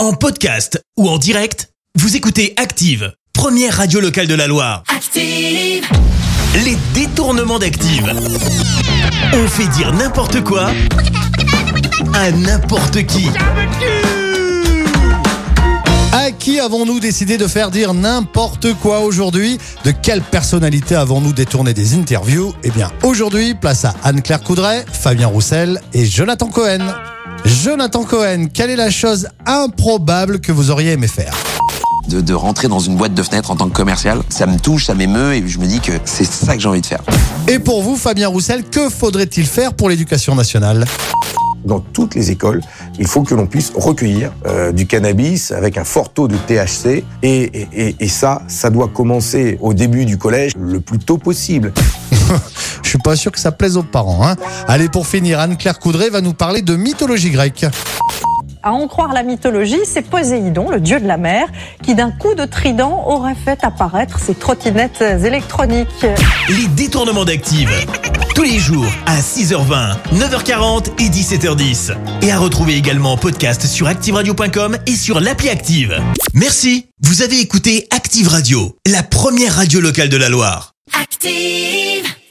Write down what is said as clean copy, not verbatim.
En podcast ou en direct, vous écoutez Active, première radio locale de la Loire. Active. Les détournements d'Active. On fait dire n'importe quoi à n'importe qui. À qui avons-nous décidé de faire dire n'importe quoi aujourd'hui ? De quelle personnalité avons-nous détourné des interviews ? Eh bien, aujourd'hui, place à Anne-Claire Coudray, Fabien Roussel et Jonathan Cohen. Jonathan Cohen, quelle est la chose improbable que vous auriez aimé faire ? De rentrer dans une boîte de fenêtres en tant que commercial, ça me touche, ça m'émeut et je me dis que c'est ça que j'ai envie de faire. Et pour vous, Fabien Roussel, que faudrait-il faire pour l'éducation nationale ? Dans toutes les écoles, il faut que l'on puisse recueillir du cannabis avec un fort taux de THC et ça doit commencer au début du collège le plus tôt possible. Je suis pas sûr que ça plaise aux parents, hein. Allez, pour finir, Anne-Claire Coudray va nous parler de mythologie grecque. À en croire la mythologie, c'est Poséidon, le dieu de la mer, qui d'un coup de trident aurait fait apparaître ses trottinettes électroniques. Les détournements d'Active. Tous les jours à 6h20, 9h40 et 17h10. Et à retrouver également en podcast sur activeradio.com et sur l'appli Active. Merci. Vous avez écouté Active Radio, la première radio locale de la Loire. Active.